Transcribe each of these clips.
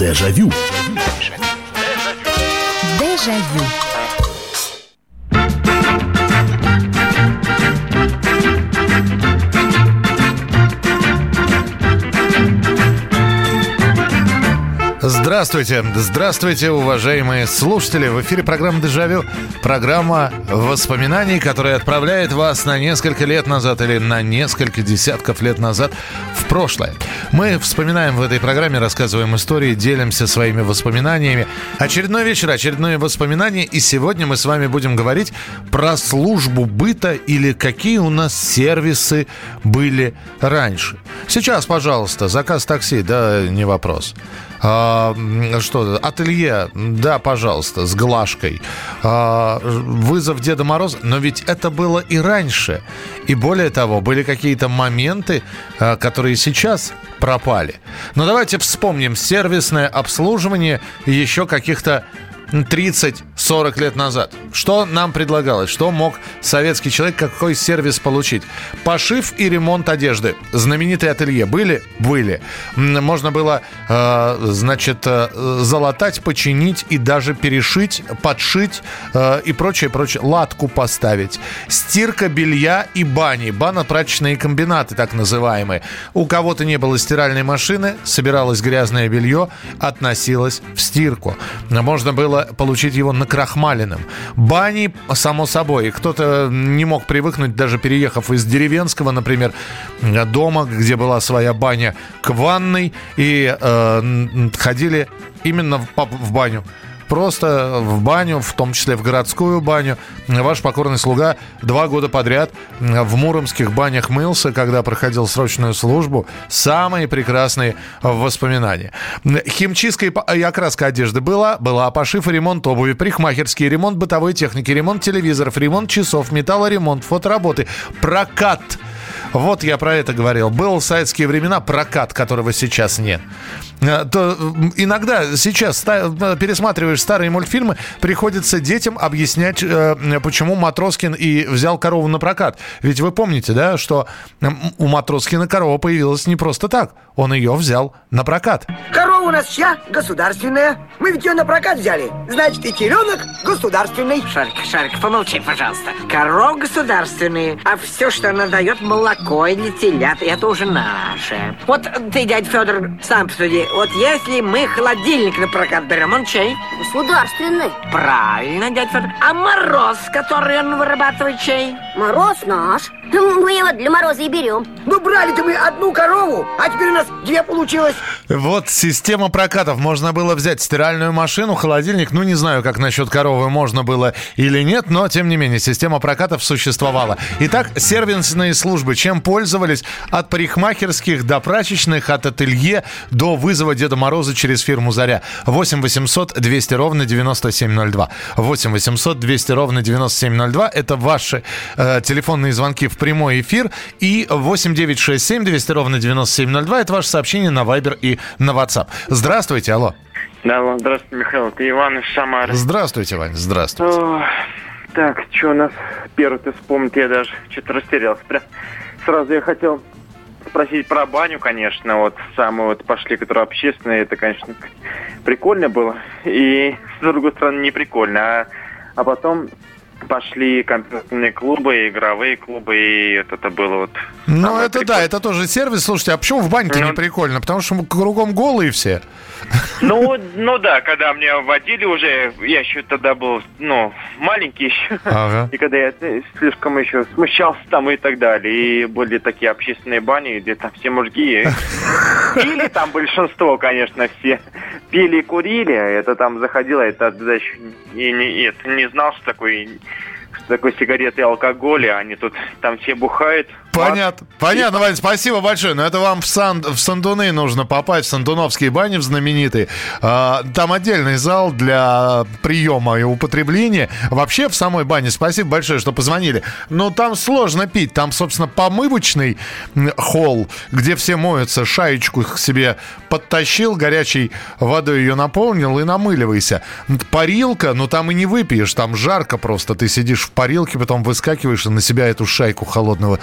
Дежавю. Дежавю. Здравствуйте, уважаемые слушатели. В эфире программа «Дежавю». Программа воспоминаний, которая отправляет вас на несколько лет назад или на несколько десятков лет назад в прошлое. Мы вспоминаем в этой программе, рассказываем истории, делимся своими воспоминаниями. Очередной вечер, очередные воспоминания. И сегодня мы с вами будем говорить про службу быта или какие у нас сервисы были раньше. Сейчас, пожалуйста, заказ такси, да, не вопрос. Что, ателье, да, пожалуйста, с глажкой. Вызов Деда Мороза. Но ведь это было и раньше. И более того, были какие-то моменты, которые сейчас пропали. Но давайте вспомним сервисное обслуживание еще каких-то 30-40 лет назад. Что нам предлагалось? Что мог советский человек, какой сервис получить? Пошив и ремонт одежды. Знаменитые ателье были? Были. Можно было, залатать, починить и даже перешить, подшить и прочее. Латку поставить. Стирка белья и бани. Банно-прачечные комбинаты, так называемые. У кого-то не было стиральной машины, собиралось грязное белье, относилось в стирку. Можно было получить его накрахмаленным. Бани, само собой. Кто-то не мог привыкнуть, даже переехав из деревенского, например, дома, где была своя баня, к ванной, и ходили именно в баню. Просто в баню, в том числе в городскую баню. Ваш покорный слуга 2 года подряд в муромских банях мылся, когда проходил срочную службу. Самые прекрасные воспоминания. Химчистка и окраска одежды была пошив и ремонт обуви, парикмахерский, ремонт бытовой техники, ремонт телевизоров, ремонт часов, металлоремонт, фотоработы, прокат. Вот я про это говорил. Был в советские времена прокат, которого сейчас нет. То иногда сейчас, пересматриваешь старые мультфильмы, приходится детям объяснять, почему Матроскин и взял корову на прокат. Ведь вы помните, да, что у Матроскина корова появилась не просто так. Он ее взял на прокат. Корова у нас чья? Государственная. Мы ведь ее на прокат взяли. Значит, и теленок государственный. Шарик, помолчи, пожалуйста. Коров государственные, а все, что она дает, молоко или телят, это уже наше. Вот ты, дядя Федор, сам посуди. Вот если мы холодильник на прокат берем, он чей? Государственный. Правильно, дядя Федор. А мороз, который он вырабатывает, чей? Мороз наш. Мы его для мороза и берем. Ну, брали-то мы одну корову, а теперь у нас 2 получилось. Вот система прокатов. Можно было взять стиральную машину, холодильник. Ну, не знаю, как насчет коровы можно было или нет, но, тем не менее, система прокатов существовала. Итак, сервисные службы. Чем пользовались? От парикмахерских до прачечных, от ателье до вызова Деда Мороза через фирму «Заря». 8 800 200 ровно 9702. 8 800 200 ровно 9702. Это ваши телефонные звонки в прямой эфир. И 8 967 200 ровно 9702. Это ваше сообщение на Viber и на WhatsApp. Здравствуйте, алло. Да, алло, здравствуйте, Михаил. Это Иван из Самары. Здравствуйте, Вань, здравствуйте. Так, что у нас первый-то вспомнить, я даже что-то растерялся. Прям сразу я хотел спросить про баню, конечно. Вот самые вот пошли, которые общественные, это, конечно, прикольно было. И, с другой стороны, не прикольно. А потом пошли компьютерные клубы, игровые клубы, и это было вот... Ну, это прикольно. Да, это тоже сервис. Слушайте, а почему в бане-то не прикольно? Потому что кругом голые все. Ну да, когда меня водили уже, я еще тогда был, маленький еще. Ага. И когда я слишком еще смущался там и так далее. И были такие общественные бани, где там все мужики. Пили там большинство, конечно, все. Пили и курили, это там заходило, это еще не знал, что такое сигареты и алкоголь, а они тут там все бухают. Понятно, Вань, спасибо большое. Но это вам в Сандуны нужно попасть, в Сандуновские бани, в знаменитые. Там отдельный зал для приема и употребления. Вообще в самой бане, спасибо большое, что позвонили. Но там сложно пить. Там, собственно, помывочный холл, где все моются. Шаечку себе подтащил, горячей водой ее наполнил и намыливайся. Парилка, там и не выпьешь. Там жарко просто. Ты сидишь в парилке, потом выскакиваешь и на себя эту шайку холодного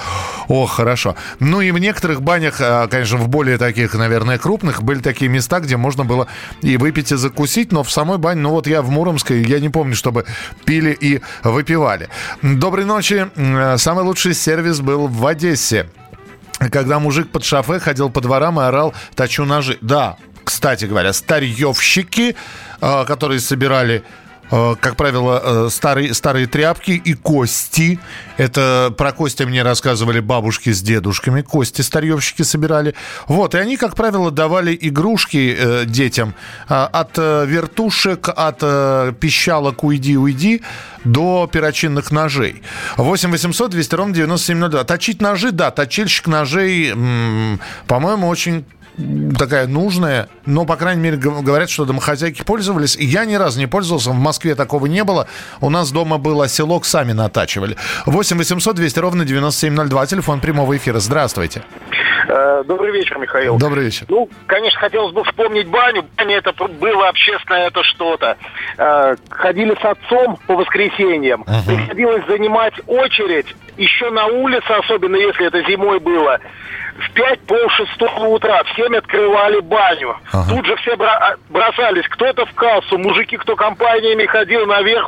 О, хорошо. Ну и в некоторых банях, конечно, в более таких, наверное, крупных, были такие места, где можно было и выпить, и закусить, но в самой бане, ну вот я в Муромской, я не помню, чтобы пили и выпивали. Доброй ночи. Самый лучший сервис был в Одессе, когда мужик под шофе ходил по дворам и орал: «Точу ножи». Да, кстати говоря, старьевщики, которые собирали, как правило, старые тряпки и кости. Это про кости мне рассказывали бабушки с дедушками. Кости старьевщики собирали. Вот, и они, как правило, давали игрушки детям от вертушек, от пищалок «Уйди» до перочинных ножей. 8 800 200 ровно 9702. Точить ножи, да, точильщик ножей, по-моему, очень такая нужная, но, по крайней мере, говорят, что домохозяйки пользовались. Я ни разу не пользовался, в Москве такого не было. У нас дома был оселок, сами натачивали. 8 800 200 ровно 9702, телефон прямого эфира. Здравствуйте. Добрый вечер, Михаил. Добрый вечер. Ну, конечно, хотелось бы вспомнить баню. Баня это было общественное, это что-то. Ходили с отцом по воскресеньям. Приходилось занимать очередь еще на улице, особенно если это зимой было. В 5-6 утра в 7 открывали баню. Тут же все бросались. Кто-то в кассу, мужики, кто компаниями ходил наверх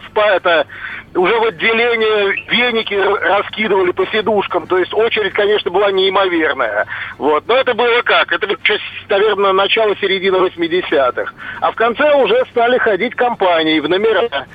уже в отделение веники раскидывали по сидушкам. То есть очередь, конечно, была неимоверная. Вот. Но это было как? Это, наверное, начало-середина 80-х. А в конце уже стали ходить компании в номера.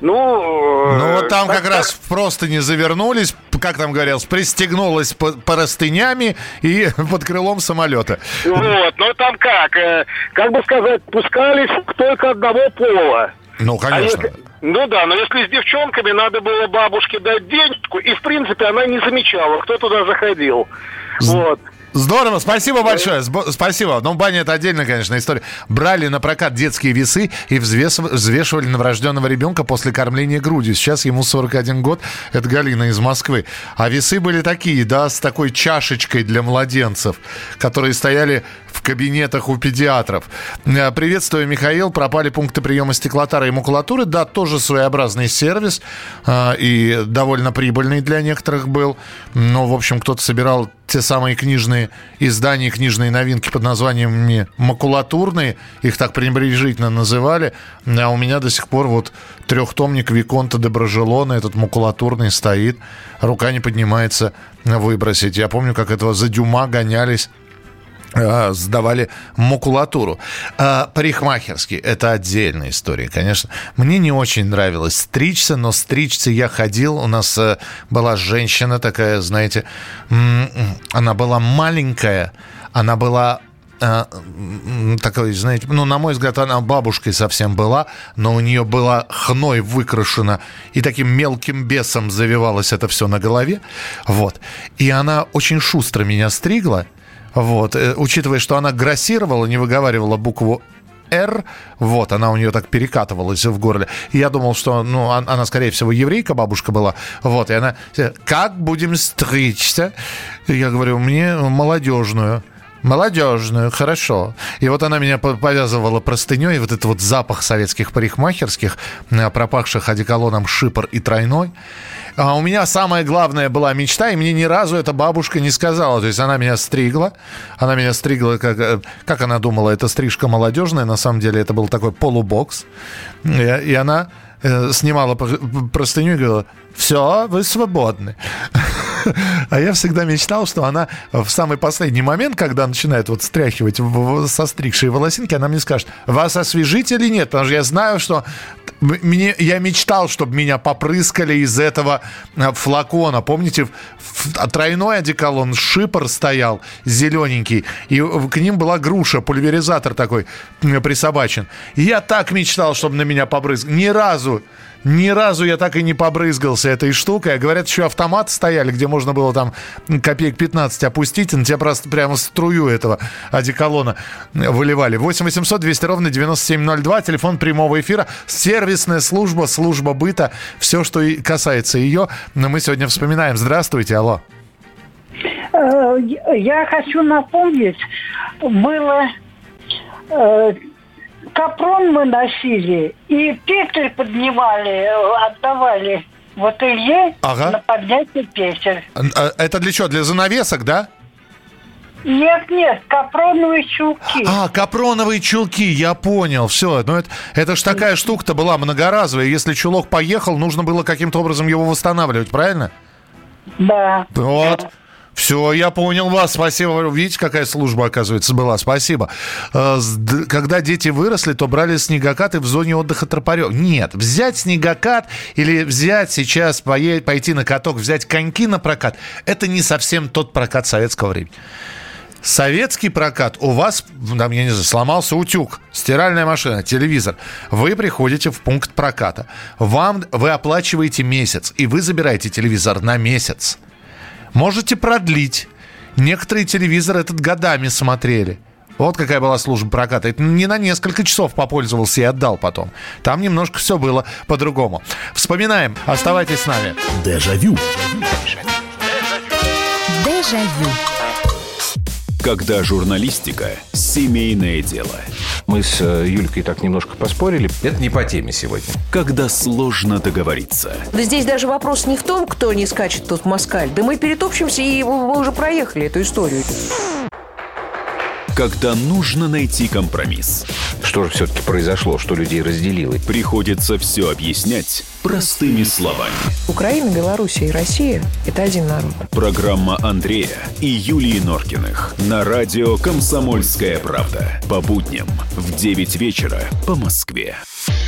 Ну вот там как раз просто не завернулись, как там говорилось, пристегнулась простынями и под крылом самолета. Вот, но там как бы сказать, пускались только одного пола. Ну, конечно. Ну да, но если с девчонками, надо было бабушке дать денежку, и в принципе она не замечала, кто туда заходил. Вот. Здорово, спасибо большое, спасибо. Ну, баня — это отдельная, конечно, история. Брали на прокат детские весы и взвешивали новорожденного ребенка после кормления грудью. Сейчас ему 41 год, это Галина из Москвы. А весы были такие, да, с такой чашечкой для младенцев, которые стояли в кабинетах у педиатров. Приветствую, Михаил. Пропали пункты приема стеклотары и макулатуры. Да, тоже своеобразный сервис и довольно прибыльный для некоторых был. Но, в общем, кто-то собирал те самые книжные издания, книжные новинки под названием макулатурные. Их так пренебрежительно называли. А у меня до сих пор вот трехтомник Виконта де Брожелона, этот макулатурный, стоит. Рука не поднимается выбросить. Я помню, как этого за Дюма гонялись, сдавали макулатуру. Парикмахерский — это отдельная история, конечно. Мне не очень нравилось стричься, но стричься я ходил. У нас была женщина такая, знаете, она была маленькая, она была такой, знаете, ну, на мой взгляд, она бабушкой совсем была, но у нее была хной выкрашена, и таким мелким бесом завивалось это все на голове. Вот. И она очень шустро меня стригла. Вот, учитывая, что она грассировала, не выговаривала букву «Р», вот, она у нее так перекатывалась в горле. И я думал, что, ну, она, скорее всего, еврейка, бабушка была. Вот, и она: «Как будем стричься?» Я говорю: «Мне молодежную». Молодежную, хорошо. И вот она меня повязывала простыней, и вот этот вот запах советских парикмахерских, пропахших одеколоном «Шипр» и «Тройной». А у меня самая главная была мечта, и мне ни разу эта бабушка не сказала. То есть она меня стригла, как она думала, это стрижка молодежная, на самом деле это был такой полубокс. И она снимала простыню и говорила: «Все, вы свободны». А я всегда мечтал, что она в самый последний момент, когда начинает вот стряхивать состригшие волосинки, она мне скажет: «Вас освежить или нет?» Потому что я знаю, что я мечтал, чтобы меня попрыскали из этого флакона. Помните, тройной одеколон «Шипр» стоял, зелененький, и к ним была груша, пульверизатор такой присобачен. И я так мечтал, чтобы на меня побрызгали. Ни разу я так и не побрызгался этой штукой. Говорят, еще автоматы стояли, где можно было там копеек 15 опустить, и на тебя просто прямо струю этого одеколона выливали. 8 800 200 ровно 9702, телефон прямого эфира, сервисная служба, служба быта, все, что и касается ее, мы сегодня вспоминаем. Здравствуйте, алло. Я хочу напомнить, было... капрон мы носили, и петли поднимали, отдавали в ателье Ага. на поднятие петель. Это для чего? Для занавесок, да? Нет, капроновые чулки. Капроновые чулки, я понял, все. Ну, это ж такая штука-то была многоразовая. Если чулок поехал, нужно было каким-то образом его восстанавливать, правильно? Да. Вот. Все, я понял вас. Спасибо. Видите, какая служба, оказывается, была. Спасибо. Когда дети выросли, то брали снегокаты в зоне отдыха Тропарев. Нет, взять снегокат или взять сейчас, пойти на каток, взять коньки на прокат, это не совсем тот прокат советского времени. Советский прокат, у вас, там, я не знаю, сломался утюг, стиральная машина, телевизор. Вы приходите в пункт проката. Вы оплачиваете месяц, и вы забираете телевизор на месяц. Можете продлить. Некоторые телевизоры этот годами смотрели. Вот какая была служба проката. Это не на несколько часов попользовался и отдал потом. Там немножко все было по-другому. Вспоминаем. Оставайтесь с нами. Дежавю. Дежавю. Когда журналистика – семейное дело. Мы с Юлькой так немножко поспорили. Это не по теме сегодня. Когда сложно договориться. Да здесь даже вопрос не в том, кто не скачет тут в москаль. Да мы перетопчемся, и мы уже проехали эту историю. Когда нужно найти компромисс. Что же все-таки произошло, что людей разделило? Приходится все объяснять простыми словами. Украина, Белоруссия и Россия – это один народ. Программа Андрея и Юлии Норкиных на радио «Комсомольская правда». По будням в 9 вечера по Москве.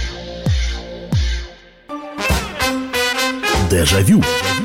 Дежавю.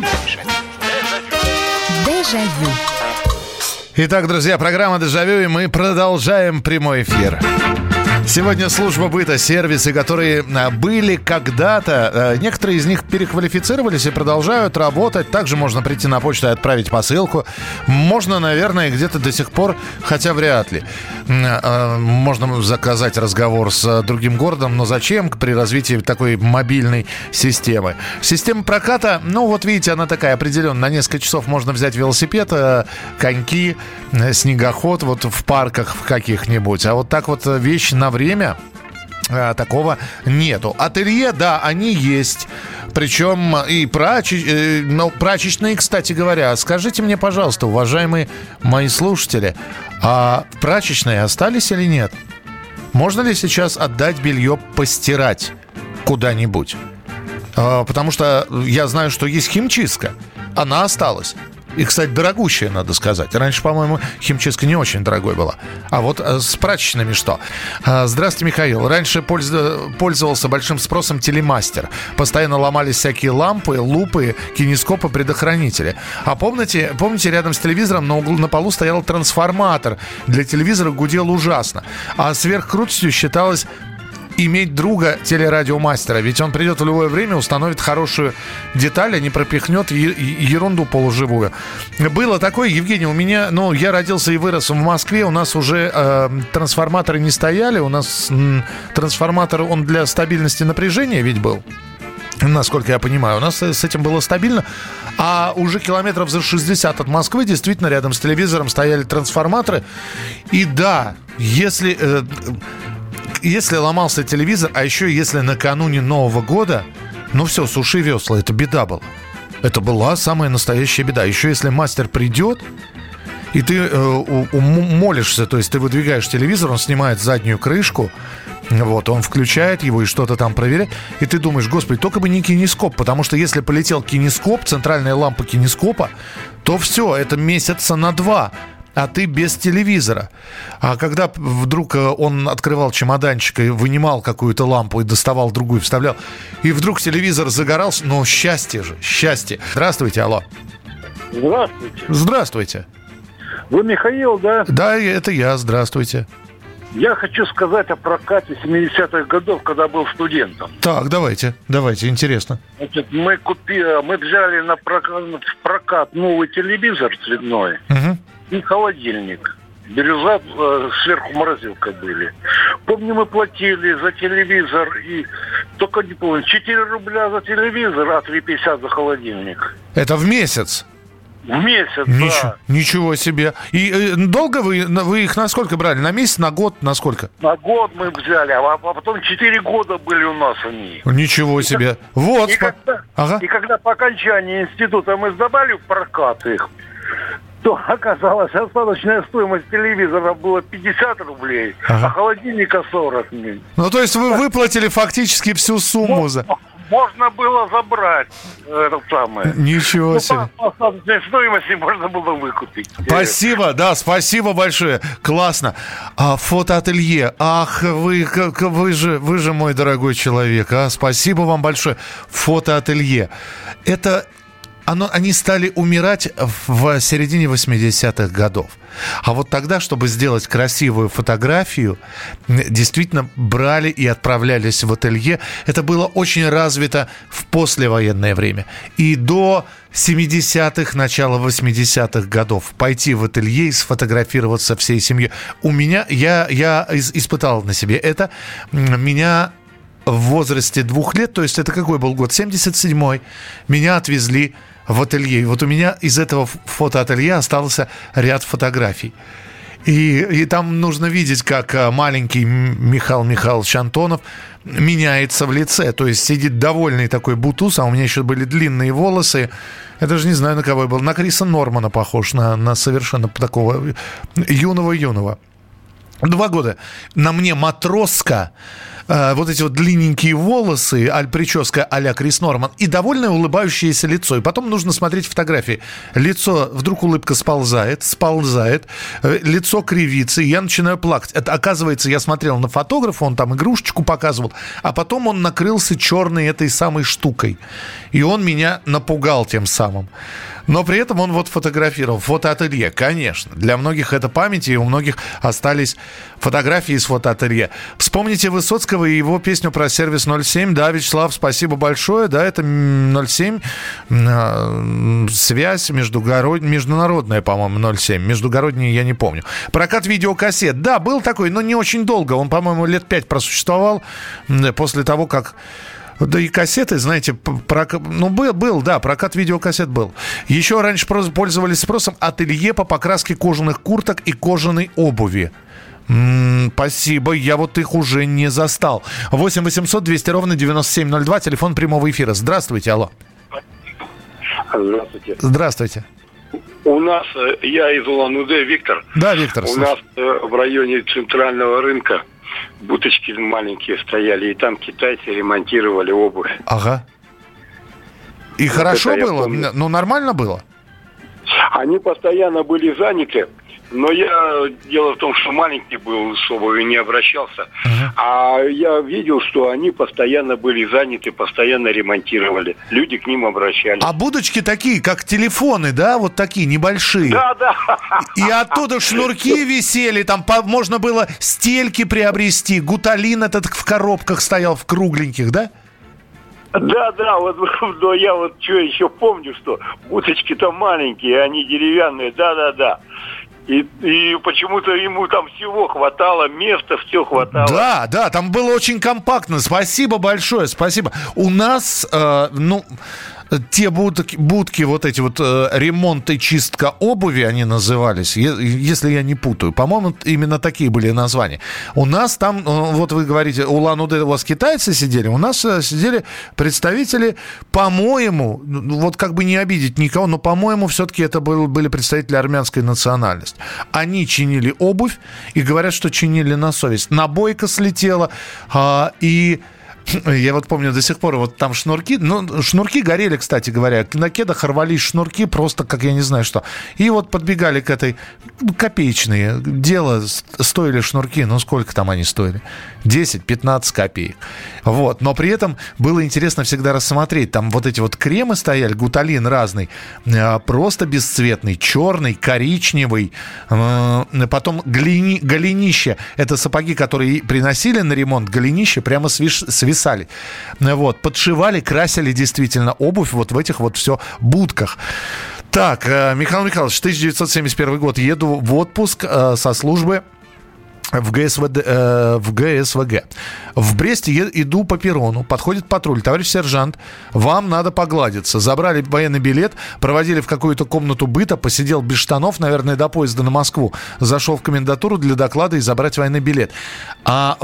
Дежавю. Итак, друзья, программа «Дежавю», и мы продолжаем прямой эфир. Сегодня служба быта, сервисы, которые были когда-то, некоторые из них переквалифицировались и продолжают работать. Также можно прийти на почту и отправить посылку. Можно, наверное, где-то до сих пор, хотя вряд ли. Можно заказать разговор с другим городом, но зачем при развитии такой мобильной системы? Система проката, ну вот видите, она такая определенная. На несколько часов можно взять велосипед, коньки, снегоход вот в парках в каких-нибудь. А вот так вот вещи на время такого нету. Ателье, да, они есть. Причем и прачечные, кстати говоря. Скажите мне, пожалуйста, уважаемые мои слушатели, а прачечные остались или нет? Можно ли сейчас отдать белье постирать куда-нибудь? Потому что я знаю, что есть химчистка. Она осталась. И, кстати, дорогущая, надо сказать. Раньше, по-моему, химчистка не очень дорогой была. А вот с прачечными что? Здравствуйте, Михаил. Раньше пользовался большим спросом телемастер. Постоянно ломались всякие лампы, лупы, кинескопы, предохранители. А помните, рядом с телевизором на полу стоял трансформатор. Для телевизора гудел ужасно. А сверхкрутостью считалось иметь друга телерадиомастера. Ведь он придет в любое время, установит хорошую деталь, а не пропихнет ерунду полуживую. Было такое, Евгений, у меня, я родился и вырос в Москве, у нас уже трансформаторы не стояли, у нас трансформатор, он для стабильности напряжения ведь был. Насколько я понимаю, у нас с этим было стабильно. А уже километров за 60 от Москвы действительно рядом с телевизором стояли трансформаторы. И да, если ломался телевизор, а еще если накануне Нового года, все, суши весла, это беда была. Это была самая настоящая беда. Еще если мастер придет, и ты молишься, то есть ты выдвигаешь телевизор, он снимает заднюю крышку, вот, он включает его и что-то там проверяет, и ты думаешь, господи, только бы не кинескоп, потому что если полетел кинескоп, центральная лампа кинескопа, то все, это месяца на 2. А ты без телевизора. А когда вдруг он открывал чемоданчик и вынимал какую-то лампу и доставал другую, вставлял, и вдруг телевизор загорался, счастье же, счастье. Здравствуйте, алло. Здравствуйте. Здравствуйте. Вы Михаил, да? Да, это я, здравствуйте. Я хочу сказать о прокате 70-х годов, когда был студентом. Так, давайте, интересно. Значит, мы взяли в прокат новый телевизор цветной. Угу. И холодильник. Бирюза, сверху морозилка были. Помню, мы платили за телевизор, и только не помню, 4 рубля за телевизор, а 3,50 за холодильник. Это в месяц? В месяц, да. Ничего себе. И долго вы их на сколько брали? На месяц, на год, на сколько? На год мы взяли, а потом 4 года были у нас они. Ничего себе. Вот. И когда по окончании института мы сдавали в прокат их, то оказалось, остаточная стоимость телевизора была 50 рублей, а холодильника 40. Ну, то есть вы выплатили фактически всю сумму за... Можно было забрать это самое. Ничего себе. По остаточной стоимости можно было выкупить. Спасибо, да, спасибо большое. Классно. Фотоателье. Ах, вы же мой дорогой человек. Спасибо вам большое. Фотоателье. Они стали умирать в середине 80-х годов. А вот тогда, чтобы сделать красивую фотографию, действительно брали и отправлялись в ателье. Это было очень развито в послевоенное время. И до 70-х, начала 80-х годов пойти в ателье и сфотографироваться всей семьей. Я испытал на себе это. Меня в возрасте 2 лет, то есть это какой был год? 77-й. Меня отвезли в ателье. И вот у меня из этого фотоателье остался ряд фотографий. И там нужно видеть, как маленький Михаил Михайлович Антонов меняется в лице. То есть сидит довольный такой бутуз, а у меня еще были длинные волосы. Я даже не знаю, на кого я был. На Криса Нормана похож, на совершенно такого юного. 2 года. На мне матроска, вот эти вот длинненькие волосы, прическа а-ля Крис Норман и довольное улыбающееся лицо. И потом нужно смотреть фотографии. Лицо, вдруг улыбка сползает, лицо кривится, и я начинаю плакать. Это, оказывается, я смотрел на фотографа, он там игрушечку показывал, а потом он накрылся черной этой самой штукой. И он меня напугал тем самым. Но при этом он вот фотографировал. Фотоателье, конечно. Для многих это память, и у многих остались фотографии из фотоателье. Вспомните Высоцкого и его песню про сервис 07. Да, Вячеслав, спасибо большое. Да, это 07. Связь международная, по-моему, 07. Междугородняя я не помню. Прокат видеокассет. Да, был такой, но не очень долго. Он, по-моему, лет 5 просуществовал после того, как... Да и кассеты, знаете, прокат видеокассет был. Еще раньше пользовались спросом ателье по покраске кожаных курток и кожаной обуви. Спасибо, я вот их уже не застал. 8 800 200 ровно 9702, телефон прямого эфира. Здравствуйте, алло. Здравствуйте. Здравствуйте. У нас, я из Улан-Удэ, Виктор. Да, Виктор. У нас в районе центрального рынка будочки маленькие стояли, и там китайцы ремонтировали обувь. Ага. И вот хорошо было? Ну, нормально было? Они постоянно были заняты, но дело в том, что маленький был, с обувью не обращался. А я видел, что они постоянно были заняты, постоянно ремонтировали. Люди к ним обращались. А будочки такие, как телефоны, да? Вот такие, небольшие. Да. И оттуда шнурки висели, там можно было стельки приобрести. Гуталин этот в коробках стоял, в кругленьких, да? Да, вот, но я вот что еще помню, что будочки-то маленькие, они деревянные, да. И почему-то ему там всего хватало, места все хватало. Да, там было очень компактно. Спасибо большое, спасибо. У нас, те будки, вот эти вот ремонт и чистка обуви, они назывались, если я не путаю. По-моему, именно такие были названия. У нас там, вот вы говорите, Улан-Удэ у вас китайцы сидели, у нас сидели представители, по-моему, вот как бы не обидеть никого, но, по-моему, все-таки это были представители армянской национальности. Они чинили обувь и говорят, что чинили на совесть. Набойка слетела, и... Я вот помню до сих пор, вот там шнурки, шнурки горели, кстати говоря, на кедах рвались шнурки просто, как я не знаю что. И вот подбегали к этой, копеечные, дело, стоили шнурки, сколько там они стоили? 10-15 копеек. Вот, но при этом было интересно всегда рассмотреть, там вот эти вот кремы стояли, гуталин разный, просто бесцветный, черный, коричневый, потом голенище, это сапоги, которые приносили на ремонт, голенище прямо свисали. Вот, подшивали, красили действительно обувь вот в этих вот все будках. Так, Михаил Михайлович, 1971 год, еду в отпуск со службы в ГСВГ. В Бресте иду по перрону, подходит патруль. Товарищ сержант, вам надо погладиться. Забрали военный билет, проводили в какую-то комнату быта, посидел без штанов, наверное, до поезда на Москву. Зашел в комендатуру для доклада и забрать военный билет. А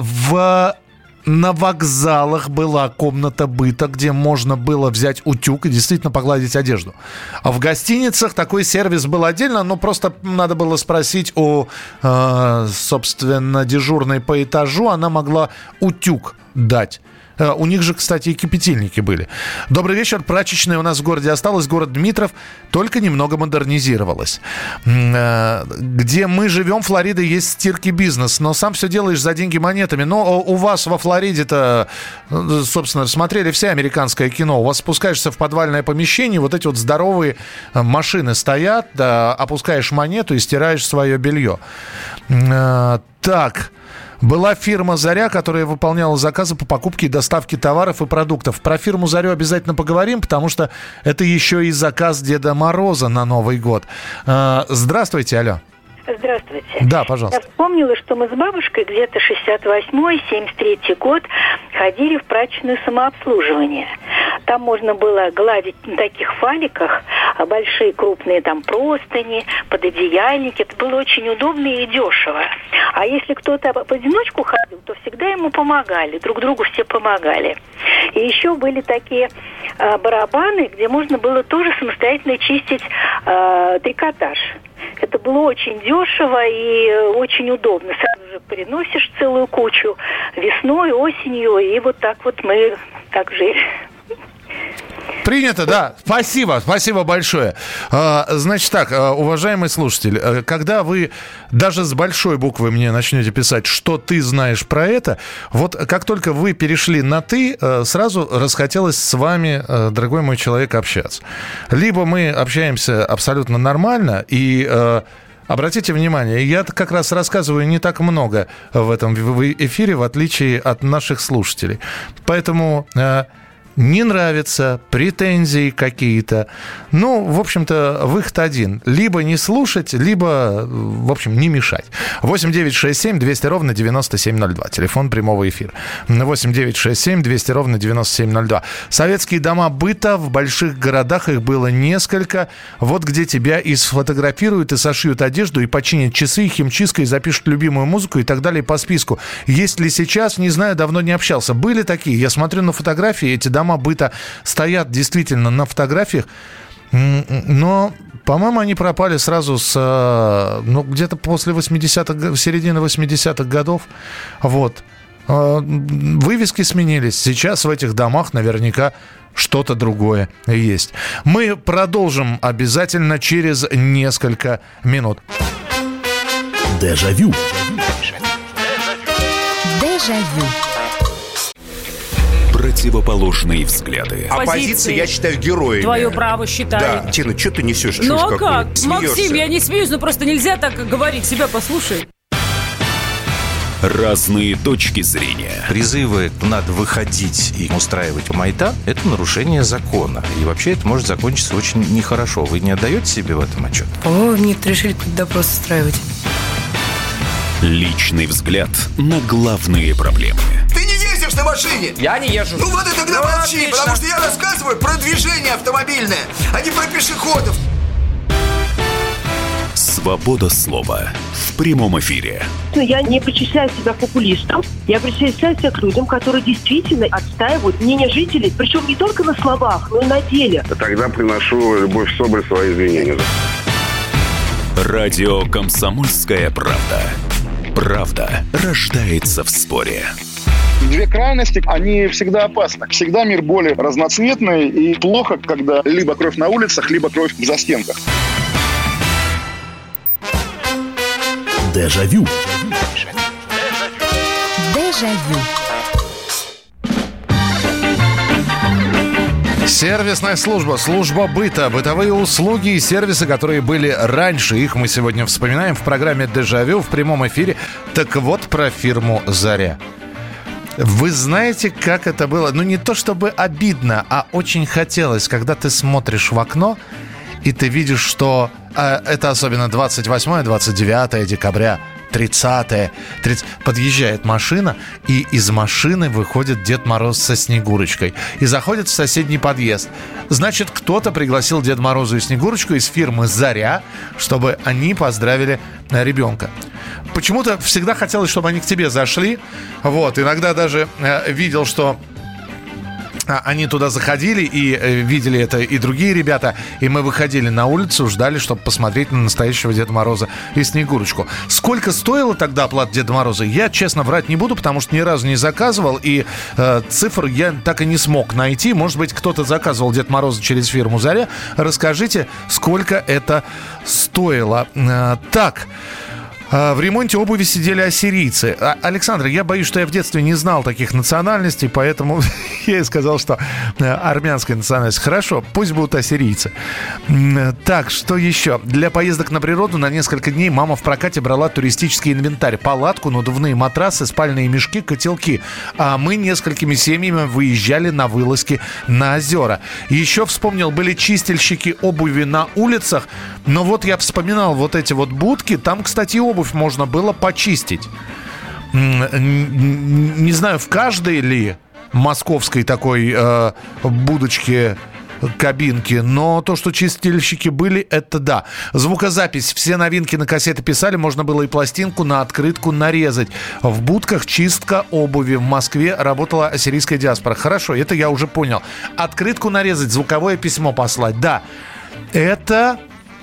на вокзалах была комната быта, где можно было взять утюг и действительно погладить одежду. А в гостиницах такой сервис был отдельно, но просто надо было спросить у, собственно, дежурной по этажу. Она могла утюг дать. У них же, кстати, и кипятильники были. Добрый вечер. Прачечная у нас в городе осталась. Город Дмитров только немного модернизировалась. Где мы живем, Флорида, есть стирки бизнес. Но сам все делаешь за деньги монетами. Но у вас во Флориде-то, собственно, смотрели все американское кино. У вас спускаешься в подвальное помещение, вот эти вот здоровые машины стоят, да, опускаешь монету и стираешь свое белье. Так... Была фирма «Заря», которая выполняла заказы по покупке и доставке товаров и продуктов. Про фирму «Зарю» обязательно поговорим, потому что это еще и заказ Деда Мороза на Новый год. Здравствуйте, алло. Здравствуйте. Да, пожалуйста. Я вспомнила, что мы с бабушкой где-то 68-й, 73-й год ходили в прачечную самообслуживание. Там можно было гладить на таких фаликах большие крупные там простыни, пододеяльники. Это было очень удобно и дешево. А если кто-то в одиночку ходил, то всегда ему помогали. Друг другу все помогали. И еще были такие барабаны, где можно было тоже самостоятельно чистить трикотаж. Это было очень дешево и очень удобно. Сразу же приносишь целую кучу весной, осенью, и вот так вот мы так жили. Принято, да. Спасибо большое. Значит так, уважаемый слушатель, когда вы даже с большой буквы мне начнете писать, что ты знаешь про это, вот как только вы перешли на «ты», сразу расхотелось с вами, дорогой мой человек, общаться. Либо мы общаемся абсолютно нормально и... Обратите внимание, я как раз рассказываю не так много в этом эфире, в отличие от наших слушателей. Поэтому... Не нравятся, претензии какие-то. Ну, в общем-то, выход один. Либо не слушать, либо, в общем, не мешать. 8-967-200-97-02. Телефон прямого эфира. 8-967-200-97-02. Советские дома быта в больших городах, их было несколько. Вот где тебя и сфотографируют, и сошьют одежду, и починят часы, и химчистка, и запишут любимую музыку, и так далее по списку. Есть ли сейчас, не знаю, давно не общался. Были такие. Я смотрю на фотографии, эти дома быта стоят действительно на фотографиях, но, по-моему, они пропали сразу где-то после 80-х, середины 80-х годов. Вот. Вывески сменились. Сейчас в этих домах наверняка что-то другое есть. Мы продолжим обязательно через несколько минут. Дежавю. Дежавю. Противоположные взгляды. Оппозиция, я считаю, героями. Твое право считаю. Да. Тина, что ты несешь? Ну а как? Максим, я не смеюсь, но просто нельзя так говорить. Себя послушай. Разные точки зрения. Призывы «надо выходить и устраивать майдан» — это нарушение закона. И вообще это может закончиться очень нехорошо. Вы не отдаете себе в этом отчет? По-моему, нет, решили допрос устраивать. Личный взгляд на главные проблемы. Ты не ездишь на машине? Я не езжу. Ну вот и тогда молчи, отлично. Потому что я рассказываю про движение автомобильное, а не про пешеходов. Свобода слова в прямом эфире. Я не причисляю себя популистом. Я причисляю себя к людям, которые действительно отстаивают мнение жителей. Причем не только на словах, но и на деле. Тогда приношу Любовь Соболь свои извинения. Радио «Комсомольская правда». Правда рождается в споре. Две крайности, они всегда опасны. Всегда мир более разноцветный, и плохо, когда либо кровь на улицах, либо кровь в застенках. Дежавю. Дежавю. Сервисная служба, служба быта, бытовые услуги и сервисы, которые были раньше. Их мы сегодня вспоминаем в программе «Дежавю» в прямом эфире. Так вот, про фирму «Заря». Вы знаете, как это было? Ну, не то чтобы обидно, а очень хотелось, когда ты смотришь в окно, и ты видишь, что это особенно 28-29 декабря, 30-е. Подъезжает машина, и из машины выходит Дед Мороз со Снегурочкой. И заходит в соседний подъезд. Значит, кто-то пригласил Деда Мороза и Снегурочку из фирмы «Заря», чтобы они поздравили ребенка. Почему-то всегда хотелось, чтобы они к тебе зашли. Вот. Иногда даже видел, что они туда заходили и видели это и другие ребята. И мы выходили на улицу, ждали, чтобы посмотреть на настоящего Деда Мороза и Снегурочку. Сколько стоила тогда оплата Деда Мороза, я, честно, врать не буду, потому что ни разу не заказывал. И цифр я так и не смог найти. Может быть, кто-то заказывал Деда Мороза через фирму «Заря». Расскажите, сколько это стоило. Так... В ремонте обуви сидели ассирийцы. Александр, я боюсь, что я в детстве не знал таких национальностей, поэтому я и сказал, что армянская национальность. Хорошо, пусть будут ассирийцы. Так, что еще? Для поездок на природу на несколько дней мама в прокате брала туристический инвентарь. Палатку, надувные матрасы, спальные мешки, котелки. А мы несколькими семьями выезжали на вылазки на озера. Еще вспомнил, были чистильщики обуви на улицах. Но вот я вспоминал вот эти вот будки. Там, кстати, обувь можно было почистить. Не знаю, в каждой ли московской такой будочке, кабинке, но то, что чистильщики были, это да. Звукозапись. Все новинки на кассеты писали, можно было и пластинку на открытку нарезать. В будках чистка обуви. В Москве работала ассирийская диаспора. Хорошо, это я уже понял. Открытку нарезать, звуковое письмо послать. Да, это...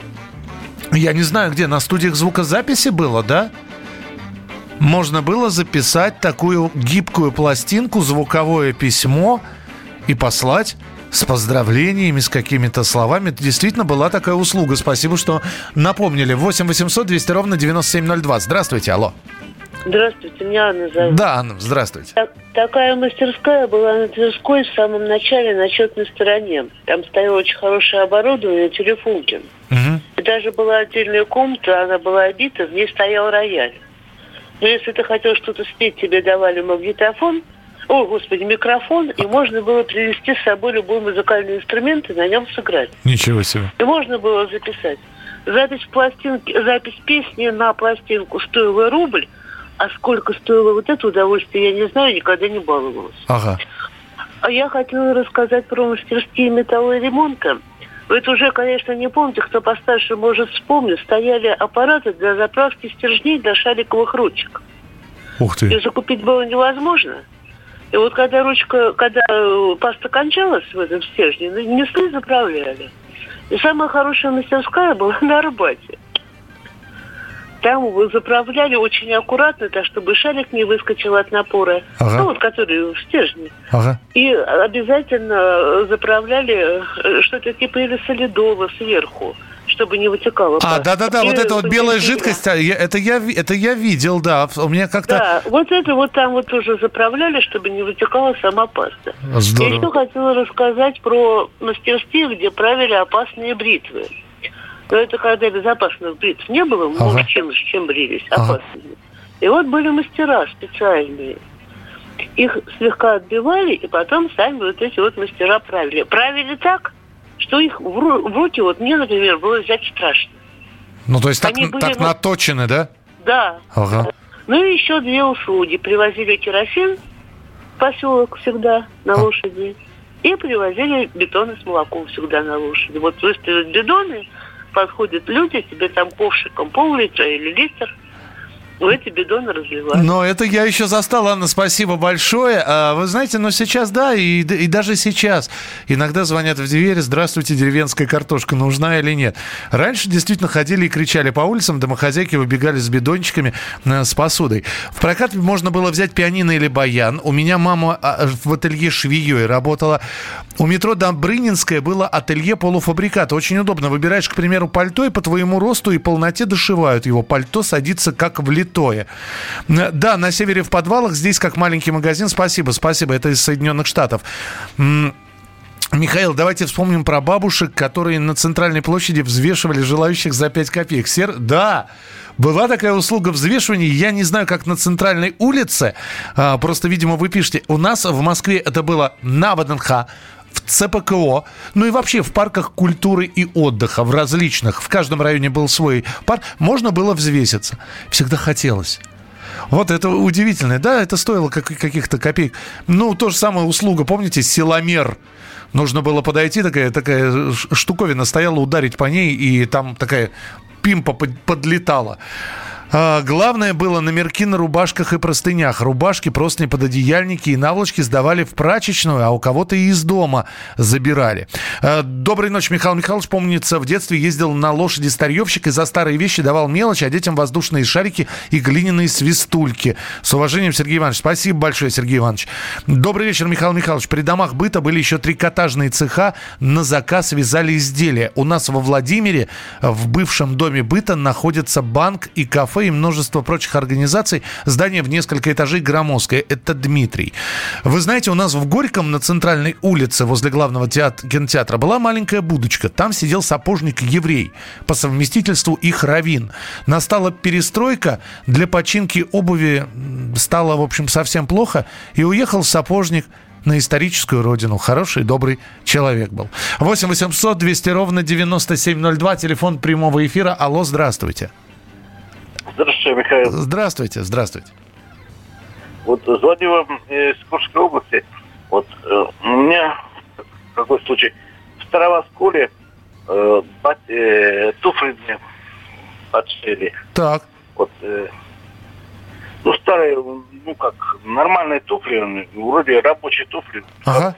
Я не знаю, где, на студиях звукозаписи было, да? Можно было записать такую гибкую пластинку, звуковое письмо и послать с поздравлениями, с какими-то словами. Это действительно была такая услуга. Спасибо, что напомнили. 8 800 200 ровно 9702. Здравствуйте, алло. Здравствуйте, меня Анна зовут. Да, Анна, здравствуйте. Такая мастерская была на Тверской в самом начале, на четной стороне. Там стояло очень хорошее оборудование, телефонки. Угу. И даже была отдельная комната, она была обита, в ней стоял рояль. Но если ты хотел что-то спеть, тебе давали магнитофон, микрофон, и можно было привезти с собой любой музыкальный инструмент и на нем сыграть. Ничего себе. И можно было записать. Запись песни на пластинку стоила рубль, а сколько стоило вот это удовольствие, я не знаю, никогда не баловалась. Ага. А я хотела рассказать про мастерские металлоремонта. Вы это уже, конечно, не помните, кто постарше может вспомнить. Стояли аппараты для заправки стержней для шариковых ручек. Ух ты. Их закупить было невозможно. И вот когда паста кончалась в этом стержне, несли, заправляли. И самая хорошая мастерская была на Арбате. Там заправляли очень аккуратно, так чтобы шарик не выскочил от напора. Ага. Ну, вот, который в стержне. Ага. И обязательно заправляли что-то типа или солидола сверху, чтобы не вытекало. Да-да-да, вот эта вот белая жидкость, это я видел, да. У меня как-то... Да, вот это вот там вот тоже заправляли, чтобы не вытекала сама паста. Здорово. Я еще хотела рассказать про мастерские, где правили опасные бритвы. Но это когда безопасных бритв не было, может, чем брились, опасными. И вот были мастера специальные. Их слегка отбивали, и потом сами вот эти вот мастера правили. Правили так, что их в руки, вот мне, например, было взять страшно. Ну, то есть так наточены, да? Да. Ага. Ну и еще две услуги. Привозили керосин в поселок всегда на лошади, и привозили бетоны с молоком всегда на лошади. Вот выставят бидоны, подходят люди, тебе там ковшиком пол-литра или литр, в эти бидоны разливают. Но это я еще застал, Анна, спасибо большое. Вы знаете, но сейчас, да, и даже сейчас иногда звонят в дверь: здравствуйте, деревенская картошка нужна или нет. Раньше действительно ходили и кричали по улицам, домохозяйки выбегали с бидончиками с посудой. В прокат можно было взять пианино или баян. У меня мама в ателье швеей работала. У метро Добрынинская было ателье полуфабриката. Очень удобно. Выбираешь, к примеру, пальто, и по твоему росту и полноте дошивают его. Пальто садится как влитое. Да, на севере в подвалах, здесь как маленький магазин. Спасибо, это из Соединенных Штатов. Михаил, давайте вспомним про бабушек, которые на центральной площади взвешивали желающих за 5 копеек. Да, была такая услуга взвешивания. Я не знаю, как на центральной улице. Просто, видимо, вы пишете. У нас в Москве это было на ВДНХ, в ЦПКО, ну и вообще в парках культуры и отдыха, в различных, в каждом районе был свой парк, можно было взвеситься. Всегда хотелось. Вот это удивительно. Да, это стоило каких-то копеек. Ну, то же самое услуга, помните, силомер. Нужно было подойти, такая штуковина стояла, ударить по ней, и там такая пимпа подлетала. Главное было номерки на рубашках и простынях. Рубашки, простыни, пододеяльники и наволочки сдавали в прачечную, а у кого-то и из дома забирали. Доброй ночи, Михаил Михайлович. Помнится, в детстве ездил на лошади старьевщик и за старые вещи давал мелочь, а детям воздушные шарики и глиняные свистульки. С уважением, Сергей Иванович. Спасибо большое, Сергей Иванович. Добрый вечер, Михаил Михайлович. При домах быта были еще трикотажные цеха, на заказ вязали изделия. У нас во Владимире в бывшем доме быта находится банк и кафе, и множество прочих организаций. Здание в несколько этажей, громоздкое. Это Дмитрий. Вы знаете, у нас в Горьком на центральной улице возле главного кинотеатра была маленькая будочка. Там сидел сапожник-еврей. По совместительству их раввин. Настала перестройка. Для починки обуви стало, в общем, совсем плохо. И уехал сапожник на историческую родину. Хороший, добрый человек был. 8 800 200 ровно 9702. Телефон прямого эфира. Алло, здравствуйте. Здравствуйте, Михаил. Здравствуйте, здравствуйте. Вот звоню вам из Курской области. Вот у меня какой случай. В Старовосколе туфли мне подшили. Так. Вот, старые, как нормальные туфли, вроде рабочие туфли. Ага.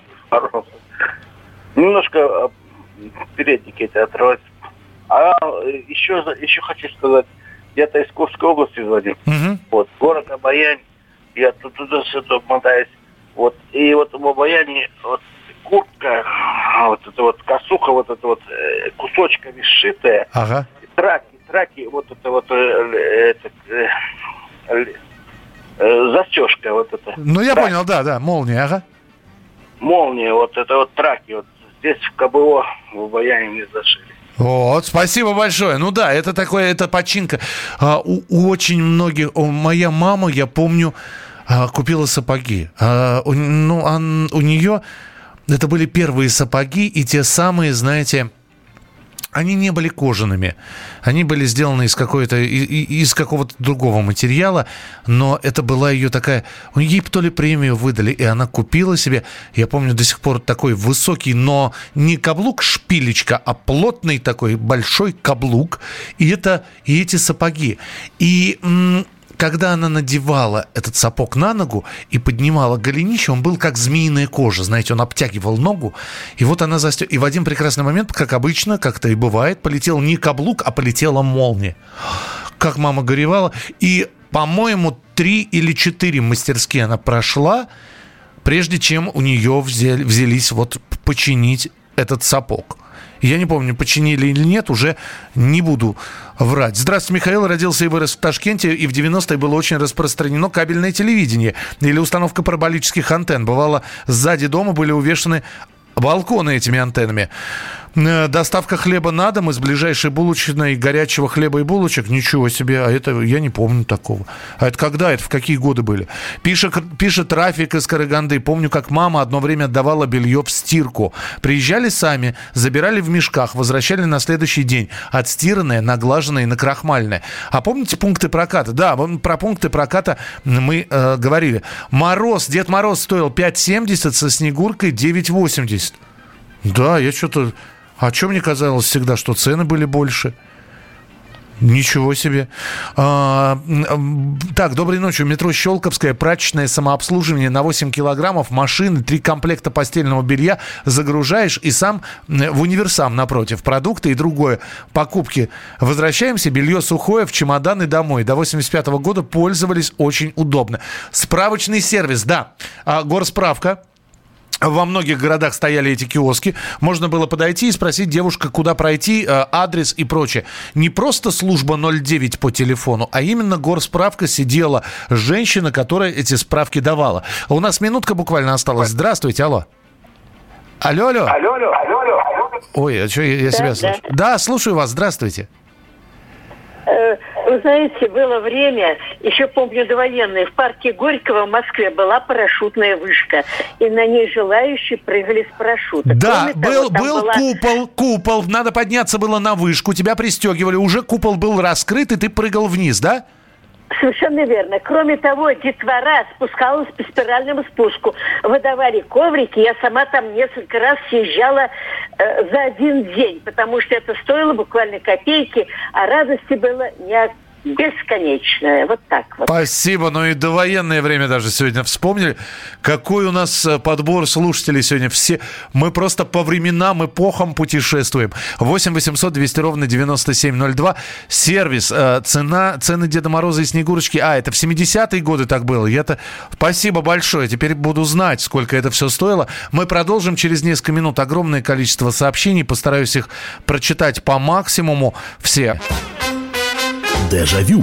Немножко передники эти отрывать. А еще хочу сказать, я-то из Курской области звоню. Вот, город Обаянь. Я туда-сюда мотаюсь. Вот, и вот в Обаяне вот куртка, вот эта вот косуха, вот эта вот кусочками сшитая. Ага. Траки, вот это вот застежка вот эта. Ну, я понял, да, молния, ага. Молния, вот это вот траки. Вот здесь в КБО в Обаяне мне зашили. Вот, спасибо большое. Ну да, это такое, это починка. У очень многих, моя мама, я помню, купила сапоги. У нее это были первые сапоги, и те самые, знаете, они не были кожаными. Они были сделаны из какого-то другого материала, но это была ее такая... Ей то ли премию выдали, и она купила себе, я помню, до сих пор такой высокий, но не каблук-шпилечка, а плотный такой большой каблук, и эти сапоги. И... Когда она надевала этот сапог на ногу и поднимала голенище, он был как змеиная кожа, знаете, он обтягивал ногу, и вот она И в один прекрасный момент, как обычно, как-то и бывает, полетел не каблук, а полетела молния. Как мама горевала. И, по-моему, 3 или 4 мастерские она прошла, прежде чем у нее взялись вот починить этот сапог. Я не помню, починили или нет, уже не буду врать. Здравствуйте, Михаил. Родился и вырос в Ташкенте, и в 90-е было очень распространено кабельное телевидение или установка параболических антенн. Бывало, сзади дома были увешаны балконы этими антеннами. Доставка хлеба на дом из ближайшей булочной, горячего хлеба и булочек. Ничего себе, а это я не помню такого. А это когда? Это в какие годы были? Пишет Рафик из Караганды. Помню, как мама одно время отдавала белье в стирку. Приезжали сами, забирали в мешках, возвращали на следующий день. Отстиранное, наглаженное и накрахмальное. А помните пункты проката? Да, про пункты проката мы говорили. Дед Мороз стоил 5,70, со Снегуркой 9,80. Да, я что-то... А что мне казалось всегда, что цены были больше? Ничего себе. Так, доброй ночи. Метро Щелковская, прачечное самообслуживание на 8 килограммов, машины, 3 комплекта постельного белья. Загружаешь и сам в универсам напротив. Продукты и другое. Покупки. Возвращаемся, белье сухое в чемоданы домой. До 85-го года пользовались очень удобно. Справочный сервис, да. Горсправка. Во многих городах стояли эти киоски. Можно было подойти и спросить девушка, куда пройти, адрес и прочее. Не просто служба 09 по телефону, а именно горсправка, сидела женщина, которая эти справки давала. У нас минутка буквально осталась. Здравствуйте, алло. Алло. Ой, а что я себя слышу? Да, слушаю вас, здравствуйте. Вы знаете, было время, еще помню довоенное, в парке Горького в Москве была парашютная вышка. И на ней желающие прыгали с парашюта. Да, Кроме был была... купол. Надо подняться было на вышку, тебя пристегивали. Уже купол был раскрыт, и ты прыгал вниз, да? Совершенно верно. Кроме того, детвора спускалась по спиральному спуску. Выдавали коврики. Я сама там несколько раз съезжала за один день, потому что это стоило буквально копейки, а радости было бесконечная. Вот так вот. Спасибо. Ну и довоенное время даже сегодня вспомнили. Какой у нас подбор слушателей сегодня. Все. Мы просто по временам, эпохам путешествуем. 8 800 200 ровно 9702. Сервис. Цены Деда Мороза и Снегурочки. Это в 70-е годы так было. Спасибо большое. Теперь буду знать, сколько это все стоило. Мы продолжим через несколько минут. Огромное количество сообщений. Постараюсь их прочитать по максимуму. Все. Дежавю.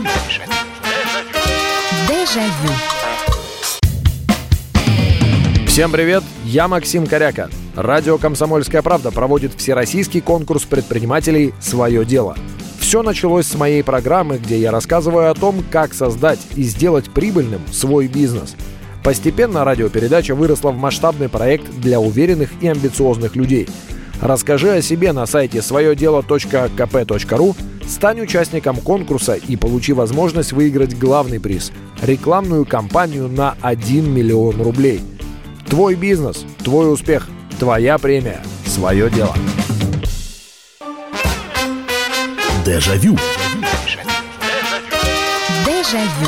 Дежавю. Всем привет, я Максим Коряка. Радио «Комсомольская правда» проводит всероссийский конкурс предпринимателей «Свое дело». Все началось с моей программы, где я рассказываю о том, как создать и сделать прибыльным свой бизнес. Постепенно радиопередача выросла в масштабный проект для уверенных и амбициозных людей. Расскажи о себе на сайте своедело.kp.ru, стань участником конкурса и получи возможность выиграть главный приз – рекламную кампанию на 1 миллион рублей. Твой бизнес, твой успех, твоя премия, свое дело. Дежавю. Дежавю.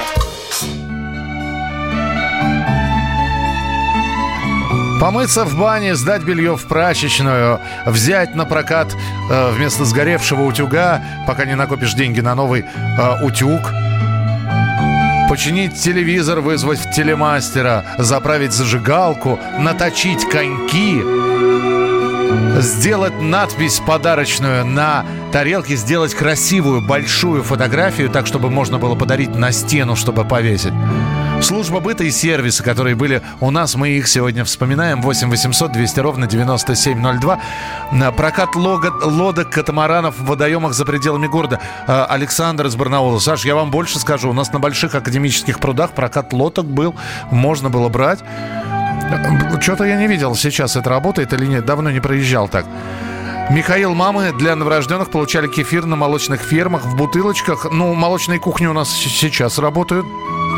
Помыться в бане, сдать белье в прачечную, взять на прокат вместо сгоревшего утюга, пока не накопишь деньги на новый утюг. Починить телевизор, вызвать телемастера, заправить зажигалку, наточить коньки, сделать надпись подарочную на тарелке, сделать красивую большую фотографию, так, чтобы можно было подарить на стену, чтобы повесить. Служба быта и сервиса, которые были у нас, мы их сегодня вспоминаем. 8 800 200 ровно 9702. Прокат лодок, катамаранов в водоемах за пределами города. Александр из Барнаула. Саш, я вам больше скажу. У нас на больших академических прудах прокат лодок был. Можно было брать. Что-то я не видел, сейчас это работает или нет. Давно не проезжал так. Михаил, мамы для новорожденных получали кефир на молочных фермах в бутылочках. Молочные кухни у нас сейчас работают.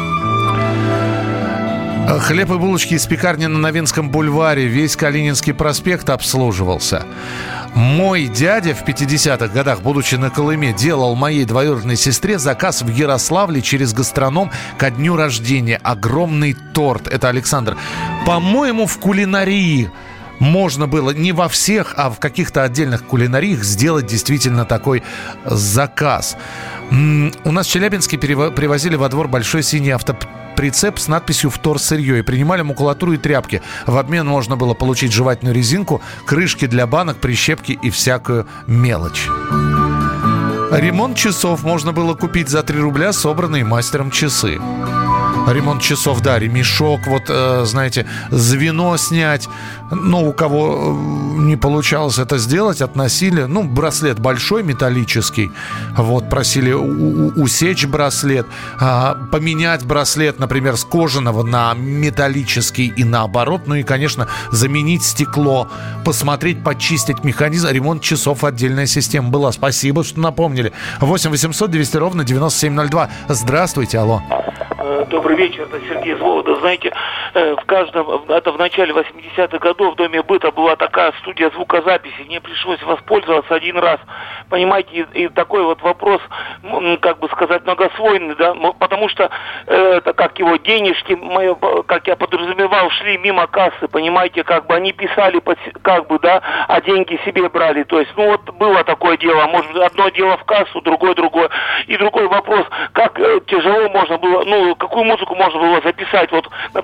Хлеб и булочки из пекарни на Новинском бульваре. Весь Калининский проспект обслуживался. Мой дядя в 50-х годах, будучи на Колыме, делал моей двоюродной сестре заказ в Ярославле через гастроном ко дню рождения. Огромный торт. Это Александр. По-моему, в кулинарии можно было не во всех, а в каких-то отдельных кулинариях сделать действительно такой заказ. У нас в Челябинске привозили во двор большой синий автоприцеп с надписью «Вторсырье» и принимали макулатуру и тряпки. В обмен можно было получить жевательную резинку, крышки для банок, прищепки и всякую мелочь. Ремонт часов можно было купить за 3 рубля, собранные мастером часы. Ремонт часов, да, ремешок, знаете, звено снять. У кого не получалось это сделать, относили, браслет большой, металлический. Просили усечь браслет, поменять браслет, например, с кожаного на металлический и наоборот. И, конечно, заменить стекло, посмотреть, почистить механизм. Ремонт часов — отдельная система была. Спасибо, что напомнили. 8 800 200 ровно 9702. Здравствуйте, алло. Добрый вечер, это Сергей из Вологды. Знаете, в начале 80-х годов в Доме быта была такая студия звукозаписи. Мне пришлось воспользоваться один раз. Понимаете, и такой вопрос, многослойный, да, потому что денежки, как я подразумевал, шли мимо кассы, понимаете, они писали, а деньги себе брали. То есть, было такое дело. Может, одно дело в кассу, другое. И другой вопрос, как тяжело можно было, какую музыку можно было записать. Например,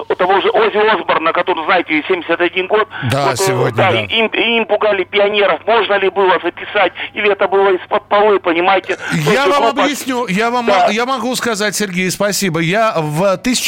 вот у того же Оззи Осборна, который, знаете, 71 год. Да, вот, сегодня, да. да. Им пугали пионеров. Можно ли было записать, или это было из-под полы, понимаете? Я вам объясню, я могу сказать, Сергей, спасибо. Я в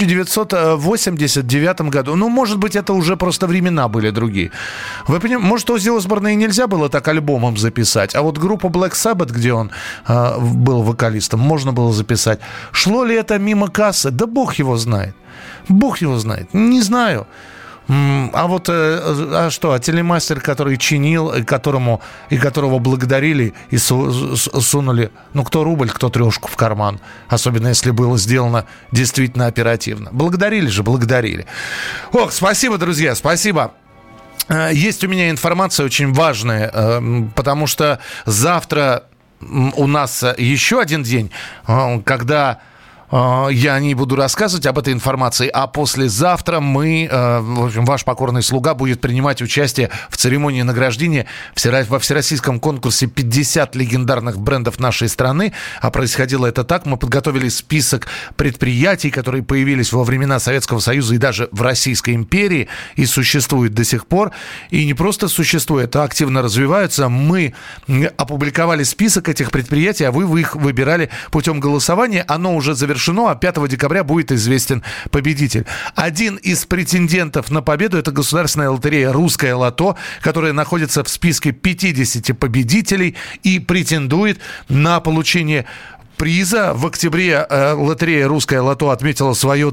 1989 году, ну, может быть, это уже просто времена были другие. Вы понимаете, может, Оззи Осборна и нельзя было так альбомом записать, а вот группу Black Sabbath, где он был вокалистом, можно было записать. Шло ли это мимо кассы? Да бог его знает. Бог его знает. Не знаю. А вот что, телемастер, который чинил, и которого благодарили и сунули, ну, кто рубль, кто трешку в карман. Особенно, если было сделано действительно оперативно. Благодарили же, благодарили. Ох, спасибо, друзья, спасибо. Есть у меня информация очень важная, потому что завтра у нас еще один день, когда... Я не буду рассказывать об этой информации, а послезавтра в общем, ваш покорный слуга будет принимать участие в церемонии награждения во всероссийском конкурсе 50 легендарных брендов нашей страны. А происходило это так. Мы подготовили список предприятий, которые появились во времена Советского Союза и даже в Российской империи и существуют до сих пор. И не просто существуют, а активно развиваются. Мы опубликовали список этих предприятий, а вы их выбирали путем голосования. Оно уже завершено. А 5 декабря будет известен победитель. Один из претендентов на победу — это государственная лотерея «Русское лото», которая находится в списке 50 победителей и претендует на получение приза. В октябре лотерея «Русское лото» отметила свое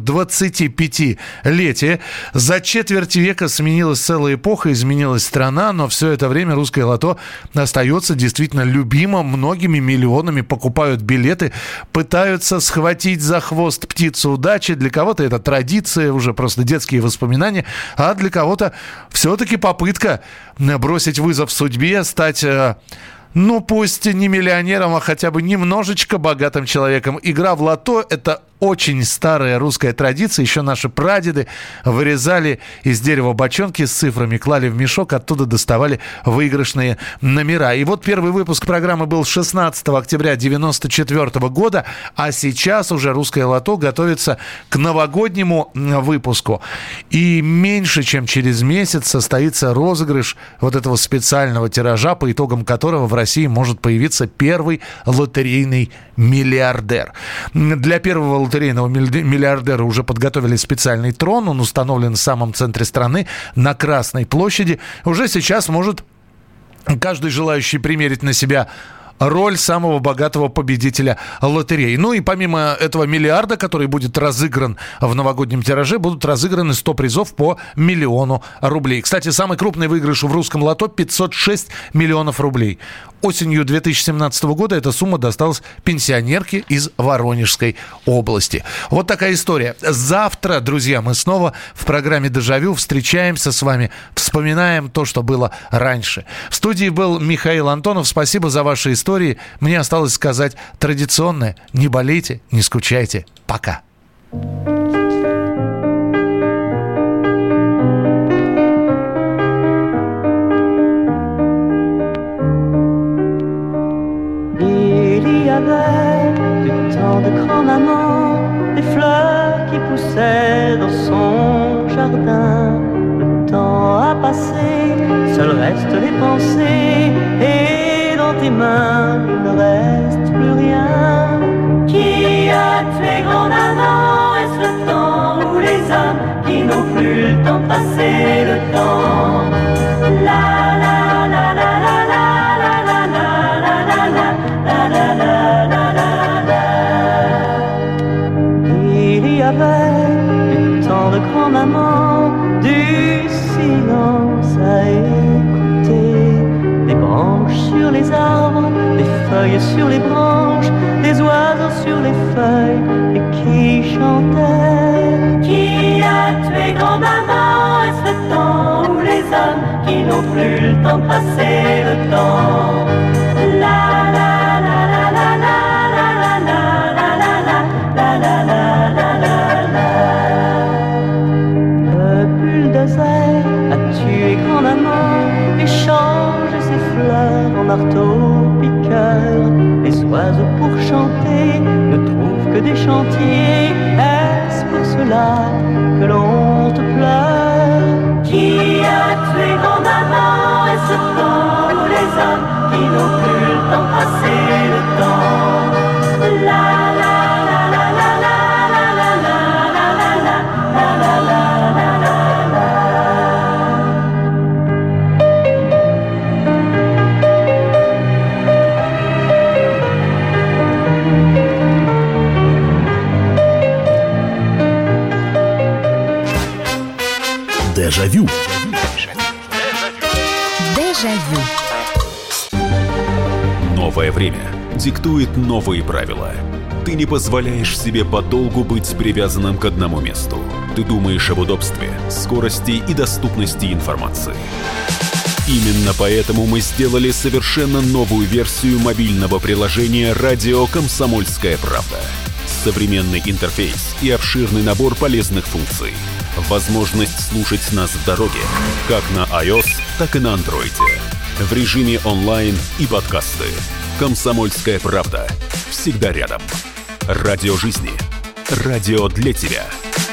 25-летие. За четверть века сменилась целая эпоха, изменилась страна, но все это время «Русское лото» остается действительно любимым. Многими миллионами покупают билеты, пытаются схватить за хвост птицу удачи. Для кого-то это традиция, уже просто детские воспоминания, а для кого-то все-таки попытка бросить вызов судьбе, стать... Ну, пусть не миллионером, а хотя бы немножечко богатым человеком. Игра в лото – это очень старая русская традиция. Еще наши прадеды вырезали из дерева бочонки с цифрами, клали в мешок, оттуда доставали выигрышные номера. И вот первый выпуск программы был 16 октября 1994 года, а сейчас уже «Русское лото» готовится к новогоднему выпуску. И меньше чем через месяц состоится розыгрыш вот этого специального тиража, по итогам которого в России может появиться первый лотерейный миллиардер. Для первого лотерейного миллиардера уже подготовили специальный трон. Он установлен в самом центре страны, на Красной площади. Уже сейчас может каждый желающий примерить на себя роль самого богатого победителя лотереи. Ну и помимо этого миллиарда, который будет разыгран в новогоднем тираже, будут разыграны 100 призов по 1 000 000 рублей. Кстати, самый крупный выигрыш в русском лото – 506 миллионов рублей. Осенью 2017 года эта сумма досталась пенсионерке из Воронежской области. Вот такая история. Завтра, друзья, мы снова в программе «Дежавю» встречаемся с вами, вспоминаем то, что было раньше. В студии был Михаил Антонов. Спасибо за ваши истории. Мне осталось сказать традиционное: не болейте, не скучайте. Пока. Il y avait du temps de grand-maman, des fleurs qui poussaient dans son jardin. Le temps a passé, seul restent les pensées, et dans tes mains il ne reste plus rien. Qui a tué grand-maman? Est-ce le temps ou les hommes qui n'ont plus le temps de passer le temps? La la la la la la la la la la la la la la la la. Il y avait du temps de grand-maman, du silence à écouter, des branches sur les arbres, des feuilles sur les branches, des oiseaux sur les feuilles et qui chantaient. Qui a tué grand-maman? Est-ce le temps ou les hommes qui n'ont plus le temps de passer le temps? La la la la la la la la la la la la la la la la. Le bulldozer a tué grand-maman et changé ses fleurs en marteau-piqueur. Les oiseaux pour chanter ne trouvent que des chantiers. Est-ce pour cela que l'on n'ont plus le temps de passer le temps. La la la la la la la la la la la la la la la la. Дежавю. Дежавю. Новое время диктует новые правила. Ты не позволяешь себе подолгу быть привязанным к одному месту. Ты думаешь об удобстве, скорости и доступности информации. Именно поэтому мы сделали совершенно новую версию мобильного приложения «Радио Комсомольская правда». Современный интерфейс и обширный набор полезных функций. Возможность слушать нас в дороге, как на iOS, так и на Android. В режиме онлайн и подкасты. «Комсомольская правда». Всегда рядом. Радио жизни. Радио для тебя.